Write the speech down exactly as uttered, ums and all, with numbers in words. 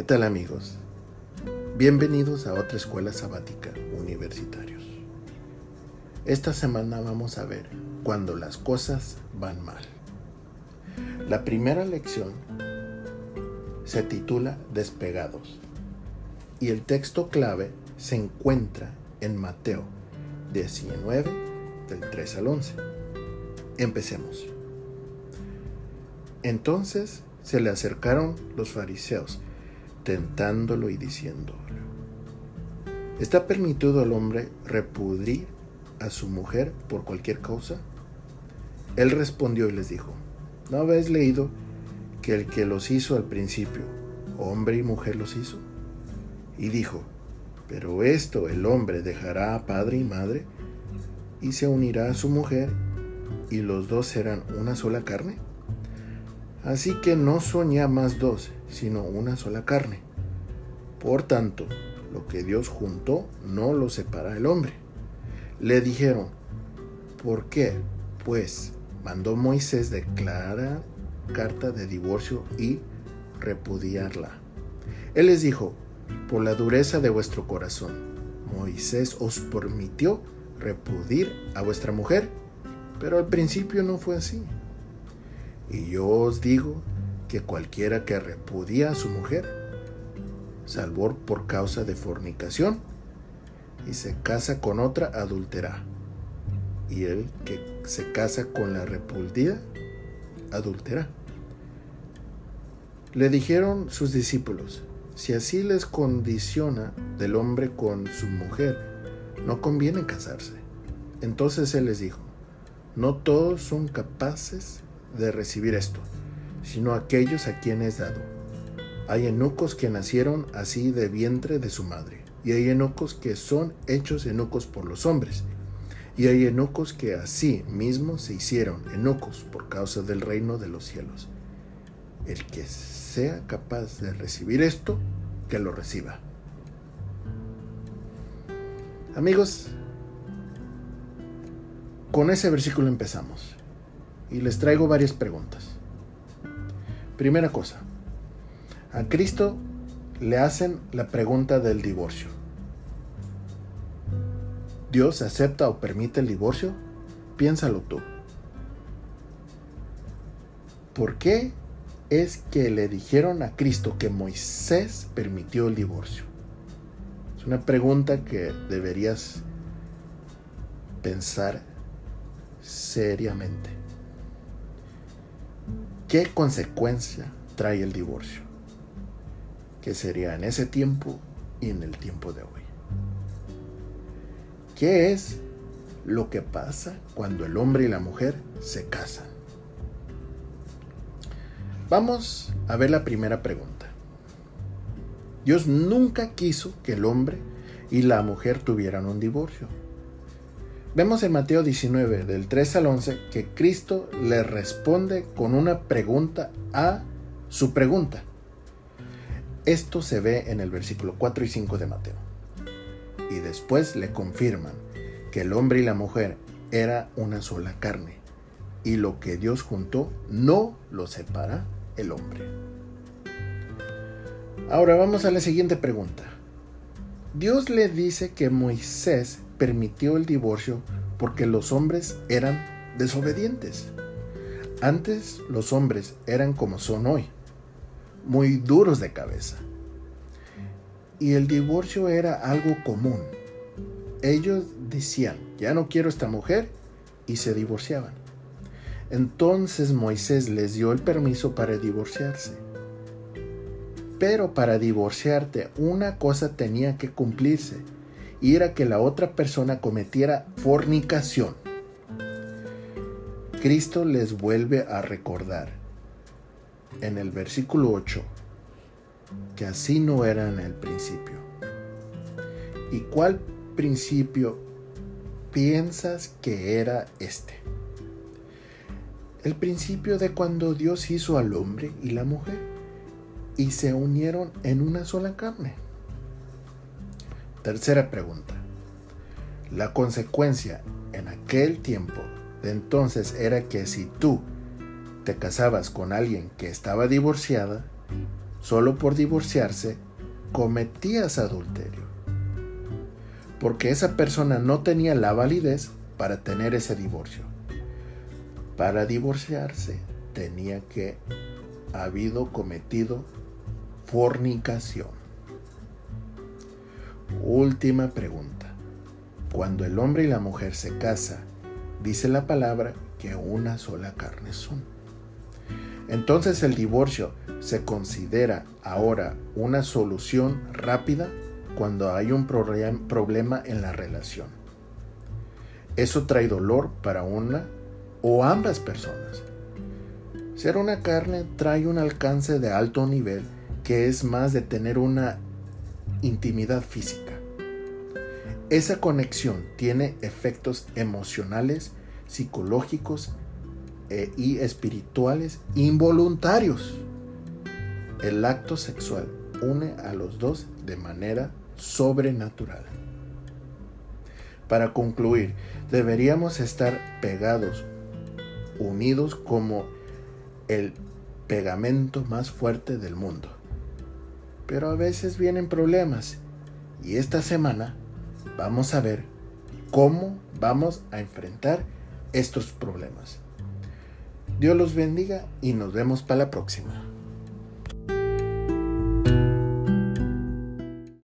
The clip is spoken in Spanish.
tal, amigos? Bienvenidos a otra escuela sabática, universitarios. Esta semana vamos a ver cuando las cosas van mal. La primera lección se titula Despegados y el texto clave se encuentra en Mateo diecinueve, del tres al once. Empecemos. Entonces se le acercaron los fariseos, tentándolo y diciéndole: ¿está permitido al hombre repudiar a su mujer por cualquier causa? Él respondió y les dijo: ¿no habéis leído que el que los hizo al principio, hombre y mujer los hizo? Y dijo: pero esto, el hombre dejará a padre y madre y se unirá a su mujer, y los dos serán una sola carne. Así que no son ya más dos, sino una sola carne. Por tanto, lo que Dios juntó, no lo separa el hombre. Le dijeron: ¿por qué? Pues mandó Moisés declarar carta de divorcio y repudiarla. Él les dijo: por la dureza de vuestro corazón, Moisés os permitió repudiar a vuestra mujer, pero al principio no fue así. Y yo os digo que cualquiera que repudia a su mujer, salvo por causa de fornicación, y se casa con otra, adultera. Y el que se casa con la repudiada, adultera. Le dijeron sus discípulos: si así les condiciona del hombre con su mujer, no conviene casarse. Entonces él les dijo: no todos son capaces de recibir esto, sino aquellos a quienes es dado. Hay eunucos que nacieron así de vientre de su madre, y hay eunucos que son hechos eunucos por los hombres, y hay eunucos que así mismo se hicieron eunucos por causa del reino de los cielos. El que sea capaz de recibir esto, que lo reciba. Amigos, con ese versículo empezamos. Y les traigo varias preguntas. Primera cosa, a Cristo le hacen la pregunta del divorcio. ¿Dios acepta o permite el divorcio? Piénsalo tú. ¿Por qué es que le dijeron a Cristo que Moisés permitió el divorcio? Es una pregunta que deberías pensar seriamente. ¿Qué consecuencia trae el divorcio? ¿Qué sería en ese tiempo y en el tiempo de hoy? ¿Qué es lo que pasa cuando el hombre y la mujer se casan? Vamos a ver la primera pregunta. Dios nunca quiso que el hombre y la mujer tuvieran un divorcio. Vemos en Mateo diecinueve, del tres al once, que Cristo le responde con una pregunta a su pregunta. Esto se ve en el versículo cuatro y cinco de Mateo. Y después le confirman que el hombre y la mujer era una sola carne, y lo que Dios juntó no lo separa el hombre. Ahora vamos a la siguiente pregunta. Dios le dice que Moisés permitió el divorcio porque los hombres eran desobedientes. Antes los hombres eran como son hoy, muy duros de cabeza. Y el divorcio era algo común. Ellos decían: ya no quiero esta mujer, y se divorciaban. Entonces Moisés les dio el permiso para divorciarse. Pero para divorciarte, una cosa tenía que cumplirse, y era que la otra persona cometiera fornicación. Cristo les vuelve a recordar en el versículo ocho que así no era en el principio. ¿Y cuál principio piensas que era este? El principio de cuando Dios hizo al hombre y la mujer y se unieron en una sola carne. Tercera pregunta. La consecuencia en aquel tiempo de entonces era que si tú te casabas con alguien que estaba divorciada, solo por divorciarse, cometías adulterio. Porque esa persona no tenía la validez para tener ese divorcio. Para divorciarse tenía que habido cometido fornicación. Última pregunta. Cuando el hombre y la mujer se casan, dice la palabra que una sola carne son. Entonces el divorcio se considera ahora una solución rápida cuando hay un problema en la relación. Eso trae dolor para una o ambas personas. Ser una carne trae un alcance de alto nivel que es más de tener una intimidad física. Esa conexión tiene efectos emocionales, psicológicos e, y espirituales involuntarios. El acto sexual une a los dos de manera sobrenatural. Para concluir, deberíamos estar pegados, unidos como el pegamento más fuerte del mundo. Pero a veces vienen problemas y esta semana vamos a ver cómo vamos a enfrentar estos problemas. Dios los bendiga y nos vemos para la próxima.